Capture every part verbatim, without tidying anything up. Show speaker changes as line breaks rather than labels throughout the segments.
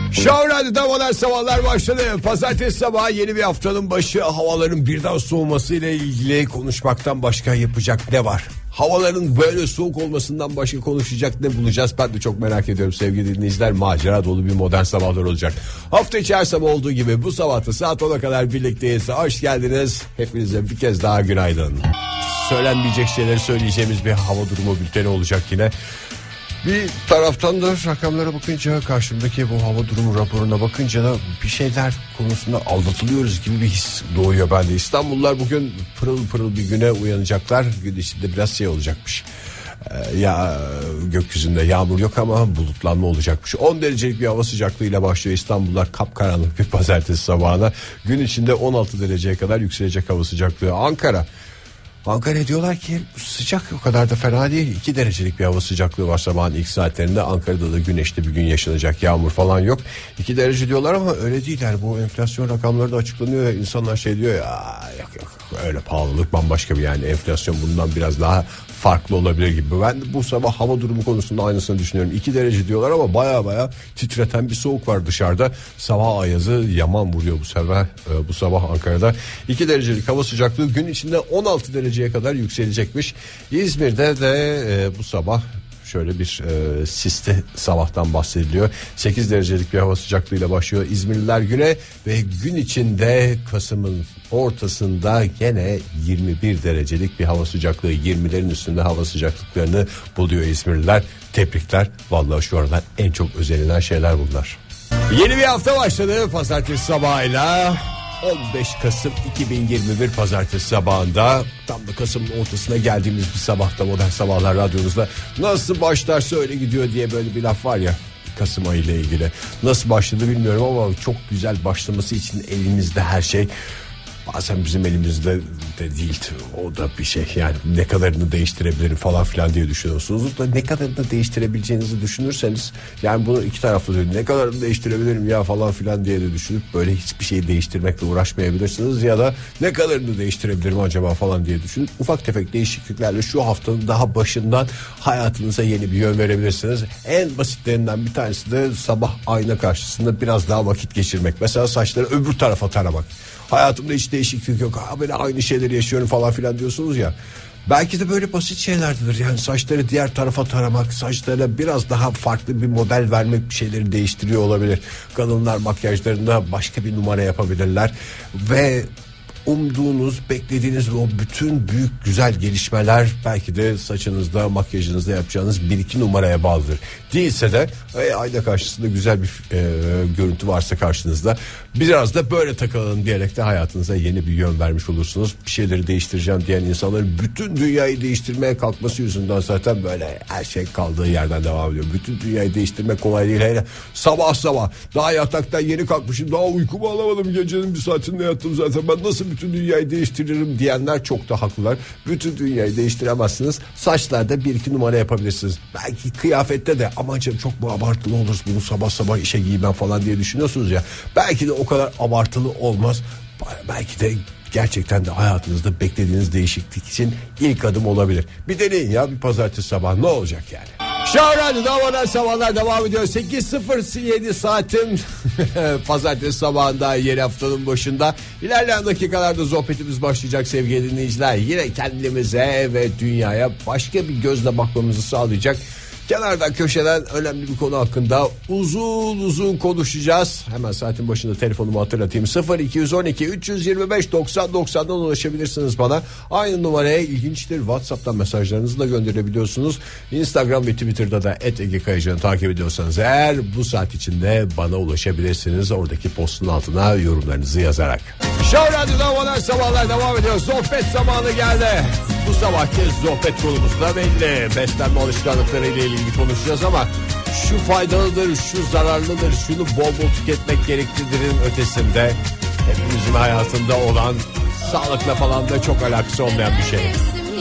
Show Radyo'da modern sabahlar başladı. Pazartesi sabahı yeni bir haftanın başı. Havaların birden soğuması ile ilgili konuşmaktan başka yapacak ne var? Havaların böyle soğuk olmasından başka konuşacak ne bulacağız? Ben de çok merak ediyorum sevgili dinleyiciler. Macera dolu bir modern sabahlar olacak. Hafta içi her sabah olduğu gibi bu sabahta saat ona kadar birlikteyiz. Hoş geldiniz. Hepinize bir kez daha günaydın. Söylenmeyecek şeyleri söyleyeceğimiz bir hava durumu bülteni olacak yine. Bir taraftan da rakamlara bakınca, karşımdaki bu hava durumu raporuna bakınca da bir şeyler konusunda aldatılıyoruz gibi bir his doğuyor bende. İstanbullular bugün pırıl pırıl bir güne uyanacaklar. Gün içinde biraz şey olacakmış. Ee, ya gökyüzünde yağmur yok ama bulutlanma olacakmış. on derecelik bir hava sıcaklığıyla başlıyor İstanbullular kapkaranlık bir pazartesi sabahına. Gün içinde on altı dereceye kadar yükselecek hava sıcaklığı. Ankara Ankara diyorlar ki sıcak, o kadar da fena değil. iki derecelik bir hava sıcaklığı var sabahın ilk saatlerinde. Ankara'da da güneşli bir gün yaşanacak, yağmur falan yok. iki derece diyorlar ama öyle değil. Yani bu enflasyon rakamları da açıklanıyor ya, insanlar şey diyor ya, yok yok öyle pahalılık bambaşka bir, yani enflasyon bundan biraz daha farklı olabilir gibi. Ben de bu sabah hava durumu konusunda aynısını düşünüyorum. iki derece diyorlar ama baya baya titreten bir soğuk var dışarıda. Sabah ayazı yaman vuruyor bu sabah, bu sabah Ankara'da. iki derecelik hava sıcaklığı gün içinde on altı dereceye kadar yükselecekmiş. İzmir'de de e, bu sabah şöyle bir e, sisli sabahtan bahsediliyor. sekiz derecelik bir hava sıcaklığıyla başlıyor İzmirliler güne ve gün içinde Kasım'ın ortasında gene yirmi bir derecelik bir hava sıcaklığı, yirmilerin üstünde hava sıcaklıklarını buluyor İzmirliler. Tebrikler. Vallahi şu aralar en çok özenilen şeyler bunlar. Yeni bir hafta başladı pazartesi sabahıyla. on beş Kasım iki bin yirmi bir pazartesi sabahında, tam da Kasım'ın ortasına geldiğimiz bir sabahta Modern Sabahlar radyonuzda nasıl başlarsa öyle gidiyor diye böyle bir laf var ya Kasım ayı ile ilgili. Nasıl başladı bilmiyorum ama çok güzel başlaması için elimizde her şey. Bazen bizim elimizde de değil, o da bir şey, yani ne kadarını değiştirebilirim falan filan diye düşünüyorsunuz da ne kadarını değiştirebileceğinizi düşünürseniz, yani bunu iki taraflı diyor, ne kadarını değiştirebilirim ya falan filan diye de düşünüp böyle hiçbir şeyi değiştirmekle uğraşmayabilirsiniz ya da ne kadarını değiştirebilirim acaba falan diye düşünüp ufak tefek değişikliklerle şu haftanın daha başından hayatınıza yeni bir yön verebilirsiniz. En basitlerinden bir tanesi de sabah ayna karşısında biraz daha vakit geçirmek. Mesela saçları öbür tarafa taramak. Hayatımda hiç değişiklik yok, ha böyle aynı şeyleri yaşıyorum falan filan diyorsunuz ya. Belki de böyle basit şeylerdir, yani saçları diğer tarafa taramak, saçlara biraz daha farklı bir model vermek bir şeyleri değiştiriyor olabilir. Kadınlar makyajlarında başka bir numara yapabilirler ve umduğunuz, beklediğiniz o bütün büyük güzel gelişmeler belki de saçınızda, makyajınızda yapacağınız bir iki numaraya bağlıdır. Değilse de e, ayna karşısında güzel bir e, görüntü varsa karşınızda, biraz da böyle takılalım diyerek de hayatınıza yeni bir yön vermiş olursunuz. Bir şeyleri değiştireceğim diyen insanların bütün dünyayı değiştirmeye kalkması yüzünden zaten böyle her şey kaldığı yerden devam ediyor. Bütün dünyayı değiştirmek kolay değil. Hele sabah sabah daha yataktan yeni kalkmışım, daha uykumu alamadım, gecenin bir saatinde yattım zaten, ben nasıl bütün dünyayı değiştiririm diyenler çok da haklılar. Bütün dünyayı değiştiremezsiniz. Saçlarda bir iki numara yapabilirsiniz. Belki kıyafette de, ama canım çok mu abartılı olur bunu sabah sabah işe giymem falan diye düşünüyorsunuz ya. Belki de o kadar abartılı olmaz. Belki de gerçekten de hayatınızda beklediğiniz değişiklik için ilk adım olabilir. Bir deneyin ya, bir pazartesi sabah ne olacak yani. Show Radyo'da Modern Sabahlar devam ediyor. sekiz sıfır yedi saatin pazartesi sabahında, yeni haftanın başında. İlerleyen dakikalarda sohbetimiz başlayacak sevgili dinleyiciler. Yine kendimize ve dünyaya başka bir gözle bakmamızı sağlayacak, kenardan köşeden önemli bir konu hakkında uzun uzun konuşacağız. Hemen saatin başında telefonumu hatırlatayım. sıfır iki on iki üç yüz beş doksan doksandan ulaşabilirsiniz bana. Aynı numaraya ilginçtir WhatsApp'tan mesajlarınızı da gönderebiliyorsunuz. Instagram ve Twitter'da da et ege kayıcı'nı takip ediyorsanız eğer, bu saat içinde bana ulaşabilirsiniz. Oradaki postun altına yorumlarınızı yazarak. Show Radyo'da Modern Sabahlar devam ediyor. Sohbet zamanı geldi. Bu sabahki sohbet konumuz da belli. Beslenme alışkanlıkları ile ilgili konuşacağız ama şu faydalıdır, şu zararlıdır, şunu bol bol tüketmek gereklidirin ötesinde hepimizin hayatında olan, sağlıkla falan da çok alakası olmayan bir şey.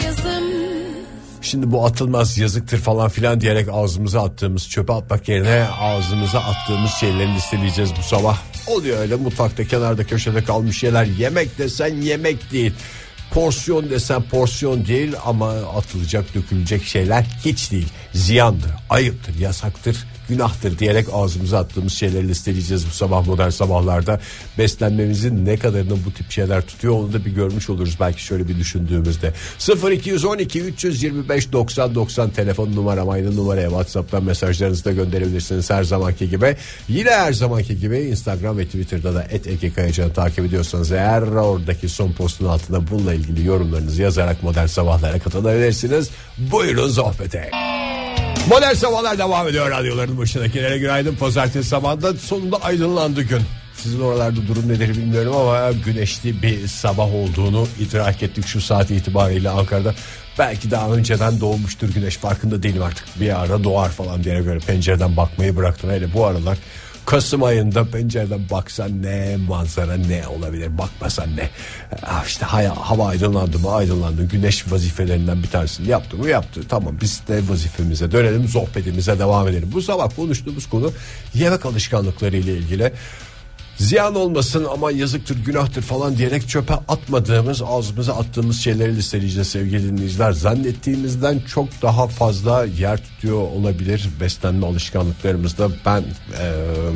Şimdi bu atılmaz, yazıktır falan filan diyerek ağzımıza attığımız, çöpe atmak yerine ağzımıza attığımız şeyleri listeleyeceğiz bu sabah. Oluyor öyle, mutfakta kenarda köşede kalmış şeyler. Yemek desen yemek değil, porsiyon desen porsiyon değil, ama atılacak, dökülecek şeyler hiç değil. Ziyandır, ayıptır, yasaktır, günahtır diyerek ağzımıza attığımız şeyleri listeleyeceğiz bu sabah modern sabahlarda. Beslenmemizin ne kadarını bu tip şeyler tutuyor onu da bir görmüş oluruz belki şöyle bir düşündüğümüzde. sıfır iki on iki üç yirmi beş doksan doksan telefon numaram, aynı numaraya WhatsApp'tan mesajlarınızı da gönderebilirsiniz her zamanki gibi. Yine her zamanki gibi Instagram ve Twitter'da da et ege kayacan'ı takip ediyorsanız eğer oradaki son postun altına bununla ilgili yorumlarınızı yazarak modern sabahlara katılabilirsiniz. Buyurun sohbete. Modern sabahlar devam ediyor, radyoların başındakilere günaydın. Pazartesi sabahında sonunda aydınlandı gün. Sizin oralarda durum nedir bilmiyorum ama güneşli bir sabah olduğunu idrak ettik şu saat itibariyle Ankara'da. Belki daha önceden doğmuştur güneş, farkında değilim artık. Bir ara doğar falan diye göre pencereden bakmayı bıraktım. Hele bu aralar Kasım ayında pencereden baksan ne manzara, ne olabilir, bakmasan ne. Ah işte hava, hava aydınlandı mı aydınlandı. Güneş vazifelerinden bir tanesini yaptı mı yaptı. Tamam, biz de vazifemize dönelim, sohbetimize devam edelim. Bu sabah konuştuğumuz konu yemek alışkanlıkları ile ilgili. Ziyan olmasın ama yazıktır günahtır falan diyerek çöpe atmadığımız, ağzımıza attığımız şeyleri listeleyeceğiz sevgili dinleyiciler. Zannettiğimizden çok daha fazla yer tutuyor olabilir beslenme alışkanlıklarımızda. Ben ee,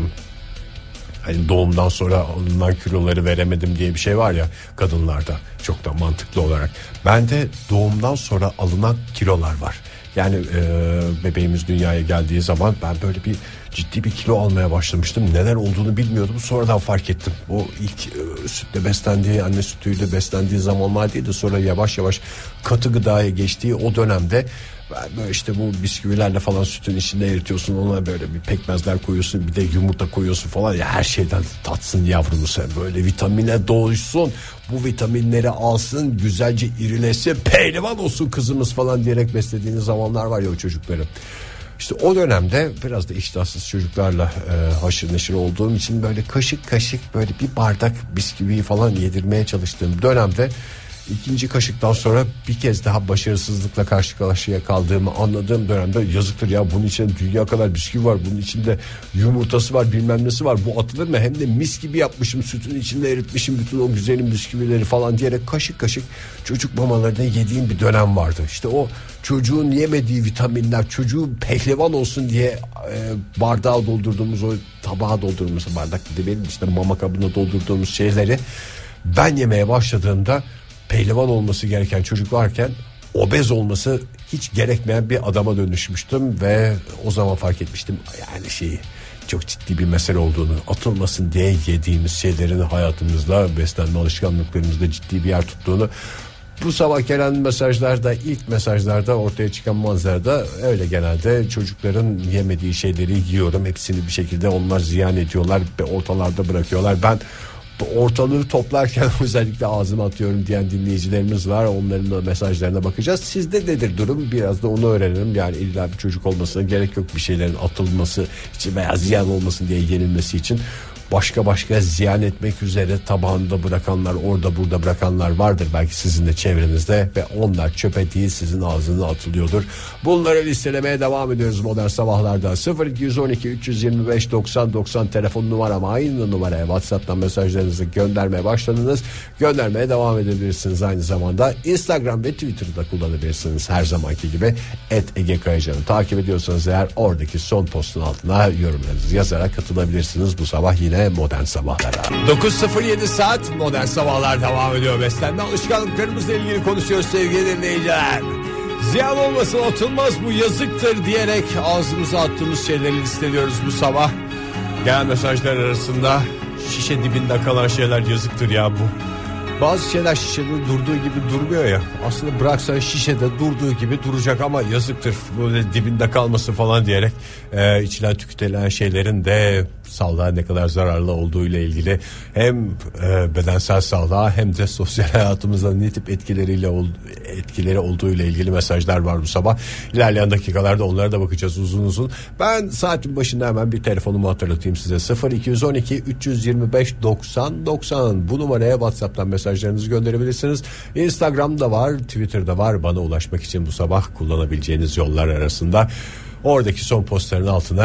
hani doğumdan sonra alınan kiloları veremedim diye bir şey var ya kadınlarda, çok da mantıklı olarak. Bende doğumdan sonra alınan kilolar var. Yani e, bebeğimiz dünyaya geldiği zaman ben böyle bir ciddi bir kilo almaya başlamıştım. Neden olduğunu bilmiyordum. Sonradan fark ettim. O ilk e, sütle beslendiği, anne sütüyle beslendiği zamanlar değil de sonra yavaş yavaş katı gıdaya geçtiği o dönemde böyle işte bu bisküvilerle falan sütün içinde eritiyorsun, ona böyle bir pekmezler koyuyorsun, bir de yumurta koyuyorsun falan ya, her şeyden tatsın yavrumuz, sen böyle vitamine doğuşsun, bu vitaminleri alsın, güzelce irilesin, pehlivan olsun kızımız falan diyerek beslediğiniz zamanlar var ya o çocukları. İşte o dönemde biraz da iştahsız çocuklarla e, haşır neşir olduğum için böyle kaşık kaşık böyle bir bardak bisküviyi falan yedirmeye çalıştığım dönemde ikinci kaşıktan sonra bir kez daha başarısızlıkla karşı karşıya kaldığımı anladığım dönemde yazıktır ya, bunun içinde dünya kadar bisküvi var, bunun içinde yumurtası var, bilmem nesi var, bu atılır mı, hem de mis gibi yapmışım, sütün içinde eritmişim bütün o güzelim bisküvileri falan diyerek kaşık kaşık çocuk mamalarını yediğim bir dönem vardı. İşte o çocuğun yemediği vitaminler, çocuğu pehlivan olsun diye e, bardağa doldurduğumuz, o tabağa doldurduğumuz, bardak bir de benim işte mama kabına doldurduğumuz şeyleri ben yemeye başladığımda pehlivan olması gereken çocuk varken obez olması hiç gerekmeyen bir adama dönüşmüştüm ve o zaman fark etmiştim yani şeyi, çok ciddi bir mesele olduğunu, atılmasın diye yediğimiz şeylerin hayatımızda, beslenme alışkanlıklarımızda ciddi bir yer tuttuğunu. Bu sabah gelen mesajlarda, ilk mesajlarda ortaya çıkan manzarada öyle, genelde çocukların yemediği şeyleri yiyorum, hepsini bir şekilde onlar ziyan ediyorlar ve ortalarda bırakıyorlar. Ben ortalığı toplarken özellikle ağzıma atıyorum diyen dinleyicilerimiz var. Onların da mesajlarına bakacağız. Sizde nedir durum? Biraz da onu öğrenelim. Yani illa bir çocuk olmasına gerek yok bir şeylerin atılması için veya ziyan olmasın diye yenilmesi için. Başka başka ziyan etmek üzere tabağında bırakanlar, orada burada bırakanlar vardır belki sizin de çevrenizde ve onlar çöpe değil sizin ağzınıza atılıyordur. Bunları listelemeye devam ediyoruz modern sabahlarda. sıfır iki on iki üç yirmi beş doksan doksan telefon numaram, aynı numaraya WhatsApp'tan mesajlarınızı göndermeye başladınız. Göndermeye devam edebilirsiniz. Aynı zamanda Instagram ve Twitter'da kullanabilirsiniz. Her zamanki gibi et ege kayacan'ı takip ediyorsanız eğer oradaki son postun altına yorumlarınızı yazarak katılabilirsiniz. Bu sabah yine modern sabahlara. dokuz sıfır yedi saat modern sabahlar devam ediyor. Beslenme alışkanlıklarımızla ilgili konuşuyoruz sevgili dinleyiciler. Ziyan olmasın, atılmaz, bu yazıktır diyerek ağzımıza attığımız şeyleri listeliyoruz bu sabah. Gelen mesajlar arasında şişe dibinde kalan şeyler yazıktır ya bu. Bazı şeyler şişede durduğu gibi durmuyor ya. Aslında bıraksan şişede durduğu gibi duracak ama yazıktır böyle dibinde kalması falan diyerek e, içilen tüketilen şeylerin de sağlığa ne kadar zararlı olduğu ile ilgili hem e, bedensel sağlığa hem de sosyal hayatımızda ne tip etkileriyle ol, etkileri olduğu ile ilgili mesajlar var bu sabah. İlerleyen dakikalarda onlara da bakacağız uzun uzun. Ben saatin başında hemen bir telefonumu hatırlatayım size. sıfır iki on iki üç yirmi beş doksan doksan bu numaraya WhatsApp'tan mesajlarınızı gönderebilirsiniz. Instagram'da var, Twitter'da var. Bana ulaşmak için bu sabah kullanabileceğiniz yollar arasında. Oradaki son postların altına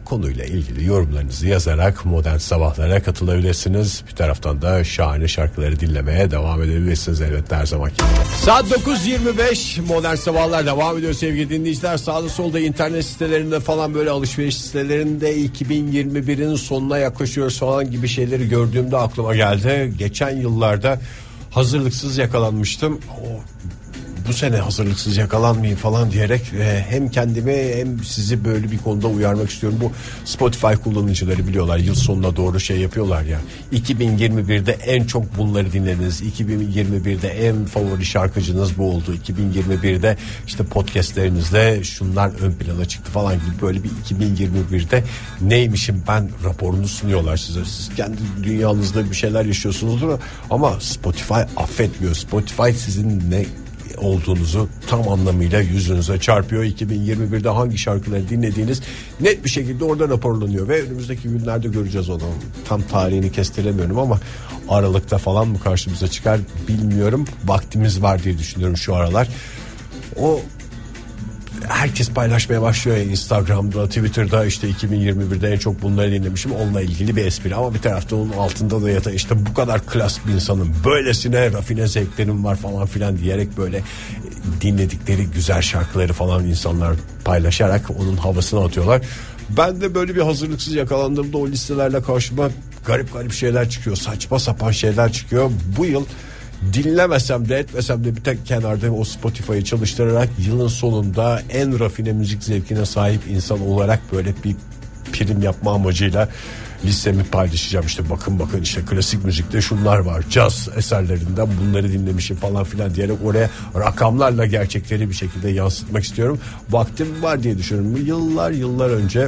konuyla ilgili yorumlarınızı yazarak Modern Sabahlara katılabilirsiniz. Bir taraftan da şahane şarkıları dinlemeye devam edebilirsiniz elbette her zamanki. Saat dokuz yirmi beş Modern Sabahlar devam ediyor sevgili dinleyiciler. Sağda solda internet sitelerinde falan böyle alışveriş sitelerinde iki bin yirmi birin sonuna yaklaşıyoruz falan gibi şeyleri gördüğümde aklıma geldi. Geçen yıllarda hazırlıksız yakalanmıştım. O bu sene hazırlıksız yakalanmayayım falan diyerek e, hem kendimi hem sizi böyle bir konuda uyarmak istiyorum. Bu Spotify kullanıcıları biliyorlar, yıl sonuna doğru şey yapıyorlar ya, iki bin yirmi birde en çok bunları dinlediniz, iki bin yirmi birde en favori şarkıcınız bu oldu, iki bin yirmi birde işte podcastlerinizde şunlar ön plana çıktı falan gibi böyle bir iki bin yirmi birde neymişim ben raporunu sunuyorlar size. Siz kendi dünyanızda bir şeyler yaşıyorsunuzdur ama Spotify affetmiyor. Spotify sizin ne olduğunuzu tam anlamıyla yüzünüze çarpıyor. iki bin yirmi birde hangi şarkıları dinlediğiniz net bir şekilde orada raporlanıyor ve önümüzdeki günlerde göreceğiz onu. Tam tarihini kestiremiyorum ama Aralık'ta falan mı karşımıza çıkar bilmiyorum. Vaktimiz var diye düşünüyorum şu aralar. O herkes paylaşmaya başlıyor ya, Instagram'da, Twitter'da işte iki bin yirmi birde en çok bunları dinlemişim, onunla ilgili bir espri ama bir tarafta onun altında da yata işte bu kadar klas bir insanım, böylesine rafine zevklerim var falan filan diyerek böyle dinledikleri güzel şarkıları falan insanlar paylaşarak onun havasını atıyorlar. Ben de böyle bir hazırlıksız yakalandığımda o listelerle karşıma garip garip şeyler çıkıyor, saçma sapan şeyler çıkıyor. Bu yıl dinlemesem de etmesem de bir tek kenarda o Spotify'ı çalıştırarak yılın sonunda en rafine müzik zevkine sahip insan olarak böyle bir prim yapma amacıyla listemi paylaşacağım. İşte bakın bakın işte klasik müzikte şunlar var, caz eserlerinden bunları dinlemişim falan filan diyerek oraya rakamlarla gerçekleri bir şekilde yansıtmak istiyorum. Vaktim var diye düşünüyorum. Yıllar yıllar önce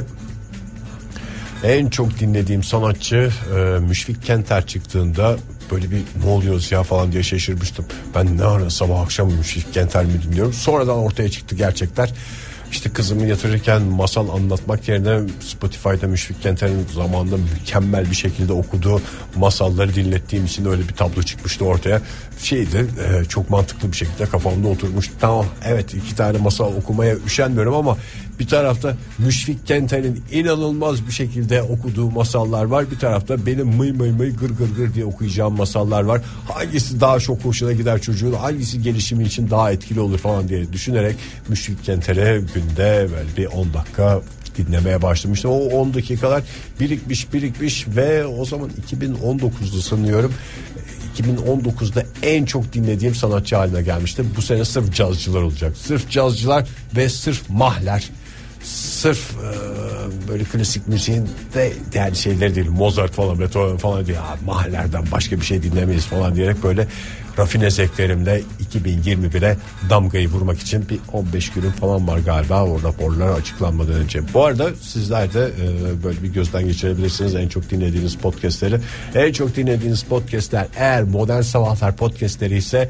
en çok dinlediğim sanatçı e, Müşfik Kenter çıktığında böyle bir ne oluyoruz ya falan diye şaşırmıştım. Ben ne ara sabah akşam Müşfik Kenter mi dinliyorum? Sonradan ortaya çıktı gerçekler. İşte kızımı yatırırken masal anlatmak yerine Spotify'da Müşfik Kenter'in zamanında mükemmel bir şekilde okuduğu masalları dinlettiğim için öyle bir tablo çıkmıştı ortaya. Şeydi e, çok mantıklı bir şekilde kafamda oturmuş. Tamam evet, iki tane masal okumaya üşenmiyorum ama bir tarafta Müşfik Kenter'in inanılmaz bir şekilde okuduğu masallar var. Bir tarafta benim mıy mıy mıy gır gır gır diye okuyacağım masallar var. Hangisi daha çok hoşuna gider çocuğun, hangisi gelişimi için daha etkili olur falan diye düşünerek Müşfik Kenter'e günde böyle bir on dakika dinlemeye başlamıştım. O on dakikalar birikmiş birikmiş ve o zaman iki bin on dokuzdu sanıyorum. iki bin on dokuzda en çok dinlediğim sanatçı haline gelmişti. Bu sene sırf cazcılar olacak. Sırf cazcılar ve sırf mahler. Sırf e, böyle klasik müziğin de değerli şeyleri değil, Mozart falan, Beethoven falan diye mahallerden başka bir şey dinlemeyiz falan diyerek böyle rafine zevklerimle iki bin yirmi bire damgayı vurmak için bir on beş günüm falan var galiba o raporlar açıklanmadan önce. Bu arada sizler de e, böyle bir gözden geçirebilirsiniz en çok dinlediğiniz podcastleri. En çok dinlediğiniz podcastler eğer Modern Sabahlar podcastleri ise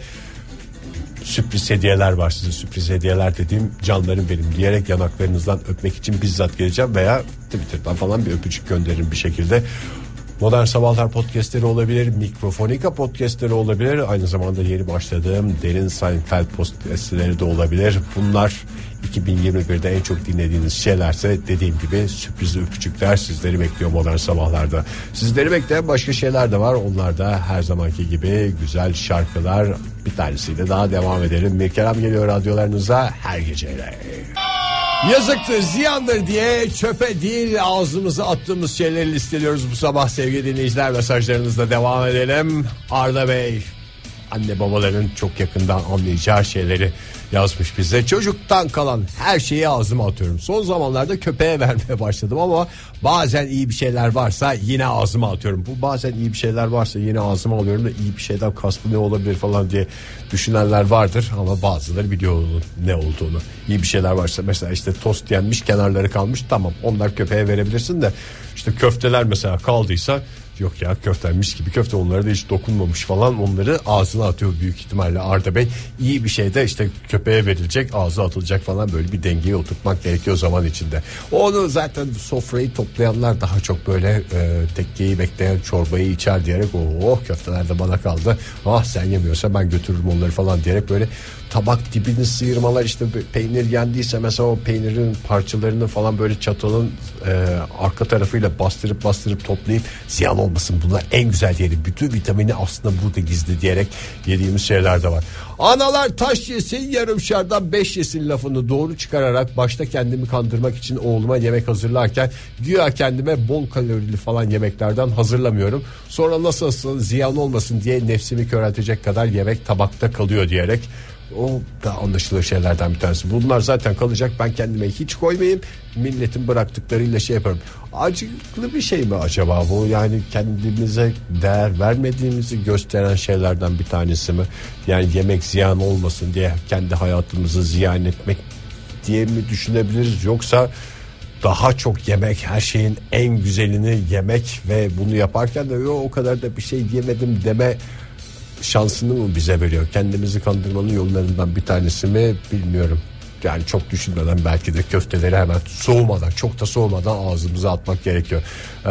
sürpriz hediyeler var size. Sürpriz hediyeler dediğim canlarım benim diyerek yanaklarınızdan öpmek için bizzat geleceğim veya Twitter'dan falan bir öpücük gönderirim bir şekilde. Modern Sabahlar podcastleri olabilir, Mikrofonika podcastleri olabilir, aynı zamanda yeni başladığım Derin Seinfeld podcastleri de olabilir. Bunlar iki bin yirmi birde en çok dinlediğiniz şeylerse dediğim gibi sürpriz öpücükler sizleri bekliyor Modern Sabahlar'da. Sizleri bekleyen başka şeyler de var, onlar da her zamanki gibi güzel şarkılar. Bir tanesiyle daha devam edelim. Mirkelam geliyor radyolarınıza her geceyle. Yazıktır, ziyandır diye çöpe değil ağzımıza attığımız şeyleri listeliyoruz bu sabah sevgili dinleyiciler. Mesajlarınızla devam edelim. Arda Bey, anne babaların çok yakından anlayacağı şeyleri yazmış bize. Çocuktan kalan her şeyi ağzıma atıyorum. Son zamanlarda köpeğe vermeye başladım ama bazen iyi bir şeyler varsa yine ağzıma atıyorum. Bu bazen iyi bir şeyler varsa yine ağzıma alıyorum da iyi bir şeyden kastı ne olabilir falan diye düşünenler vardır ama bazıları biliyor ne olduğunu. İyi bir şeyler varsa mesela işte tost yenmiş, kenarları kalmış, tamam onlar köpeğe verebilirsin de işte köfteler mesela kaldıysa Yok ya, köftenmiş gibi köfte, onlara da hiç dokunmamış falan, onları ağzına atıyor büyük ihtimalle Arda Bey. İyi bir şey de işte köpeğe verilecek, ağzı atılacak falan, böyle bir dengeye oturtmak gerekiyor zaman içinde. Onu zaten sofrayı toplayanlar daha çok böyle e, tekkeyi bekleyen çorbayı içer diyerek oh köfteler de bana kaldı, ah sen yemiyorsa ben götürürüm onları falan diyerek böyle tabak dibini sıyırmalar, işte peynir yendiyse mesela o peynirin parçalarını falan böyle çatalın e, arka tarafıyla bastırıp bastırıp toplayıp ziyan olmasın, bunlar en güzel yeri, bütün vitamini aslında burada gizli diyerek yediğimiz şeyler de var. Analar taş yesin yarımşardan beş yesin lafını doğru çıkararak başta kendimi kandırmak için oğluma yemek hazırlarken güya kendime bol kalorili falan yemeklerden hazırlamıyorum. Sonra nasılsın ziyan olmasın diye nefsimi köreltecek kadar yemek tabakta kalıyor diyerek, o da anlaşılır şeylerden bir tanesi. Bunlar zaten kalacak, ben kendime hiç koymayayım, milletin bıraktıklarıyla şey yaparım. Acıklı bir şey mi acaba bu? Yani kendimize değer vermediğimizi gösteren şeylerden bir tanesi mi? Yani yemek ziyan olmasın diye kendi hayatımızı ziyan etmek diye mi düşünebiliriz, yoksa daha çok yemek, her şeyin en güzelini yemek ve bunu yaparken de yo o kadar da bir şey yemedim deme şansını mı bize veriyor? Kendimizi kandırmanın yollarından bir tanesi mi bilmiyorum. Yani çok düşünmeden belki de köfteleri hemen soğumadan, çok da soğumadan ağzımıza atmak gerekiyor. Ee,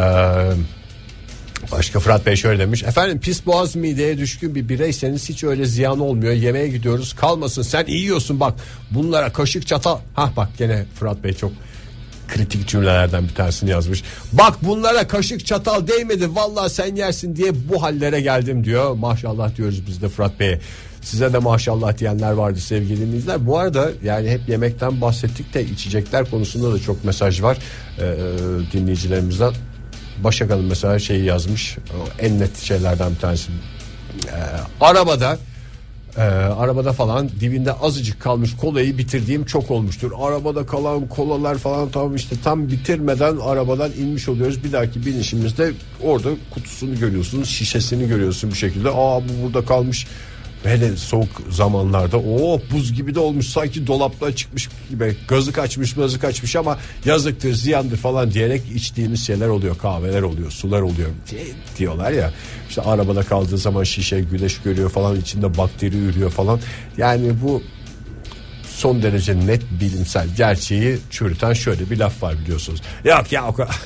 başka Fırat Bey şöyle demiş: efendim pis boğaz mideye düşkün bir bireyseniz hiç öyle ziyan olmuyor. Yemeğe gidiyoruz, kalmasın sen iyi yiyorsun bak bunlara kaşık çatal. Hah bak gene Fırat Bey çok kritik cümlelerden bir tanesini yazmış. Bak bunlara kaşık çatal değmedi, vallahi sen yersin diye bu hallere geldim diyor. Maşallah diyoruz biz de Fırat Bey'e. Size de maşallah diyenler vardı sevgili dinleyiciler. Bu arada yani hep yemekten bahsettik de içecekler konusunda da çok mesaj var ee, dinleyicilerimizden. Başak Hanım mesela şeyi yazmış, en net şeylerden bir tanesi. Ee, arabada Ee, arabada falan dibinde azıcık kalmış kolayı bitirdiğim çok olmuştur. Arabada kalan kolalar falan tam işte tam bitirmeden arabadan inmiş oluyoruz. Bir dahaki binişimizde orada kutusunu görüyorsunuz, şişesini görüyorsun bir şekilde. Aa bu burada kalmış. Hele soğuk zamanlarda o buz gibi de olmuş, sanki dolaptan çıkmış gibi, gazı kaçmış gazı kaçmış ama yazıktır ziyandır falan diyerek içtiğimiz şeyler oluyor, kahveler oluyor, sular oluyor diyorlar ya. İşte arabada kaldığı zaman şişe güneş görüyor falan, içinde bakteri ürüyor falan. Yani bu son derece net bilimsel gerçeği çürüten şöyle bir laf var biliyorsunuz. Yok ya o kadar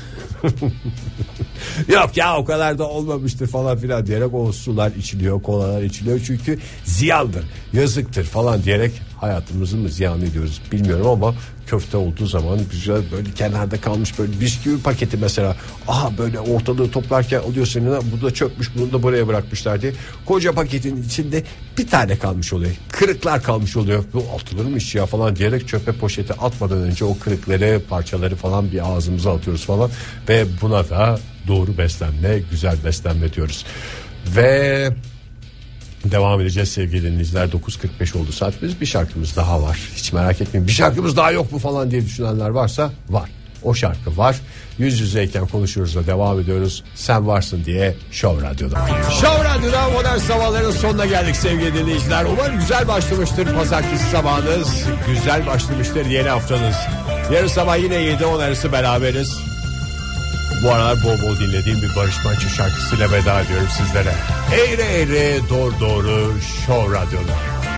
yok ya o kadar da olmamıştır falan filan diyerek o sular içiliyor, kolalar içiliyor çünkü ziyandır, yazıktır falan diyerek hayatımızı mı ziyan ediyoruz bilmiyorum ama köfte olduğu zaman güzel böyle kenarda kalmış böyle bisküvi paketi mesela, aha böyle ortalığı toplarken alıyorsun, bu da çökmüş, bunu da buraya bırakmışlar diye koca paketin içinde bir tane kalmış oluyor, kırıklar kalmış oluyor, bu atılır mı iş ya falan diyerek çöpe poşeti atmadan önce o kırıkları, parçaları falan bir ağzımıza atıyoruz falan ve buna da doğru beslenme, güzel beslenme diyoruz. Ve devam edeceğiz sevgili dinleyiciler. dokuz kırk beş oldu saatimiz. Bir şarkımız daha var, hiç merak etmeyin. Bir şarkımız daha yok mu falan diye düşünenler varsa var, o şarkı var. Yüz yüzeyken konuşuyoruz da devam ediyoruz. Sen varsın diye Show Radyo'da. Show Radyo'da modern sabahların sonuna geldik sevgili dinleyiciler. Umarım güzel başlamıştır pazartesi sabahınız, güzel başlamıştır yeni haftanız. Yarın sabah yine yedi on arası beraberiz. Bu aralar bol bol dinlediğim bir Barış Manço şarkısıyla veda ediyorum sizlere. Eğri eğri doğru doğru Show Radyo'da.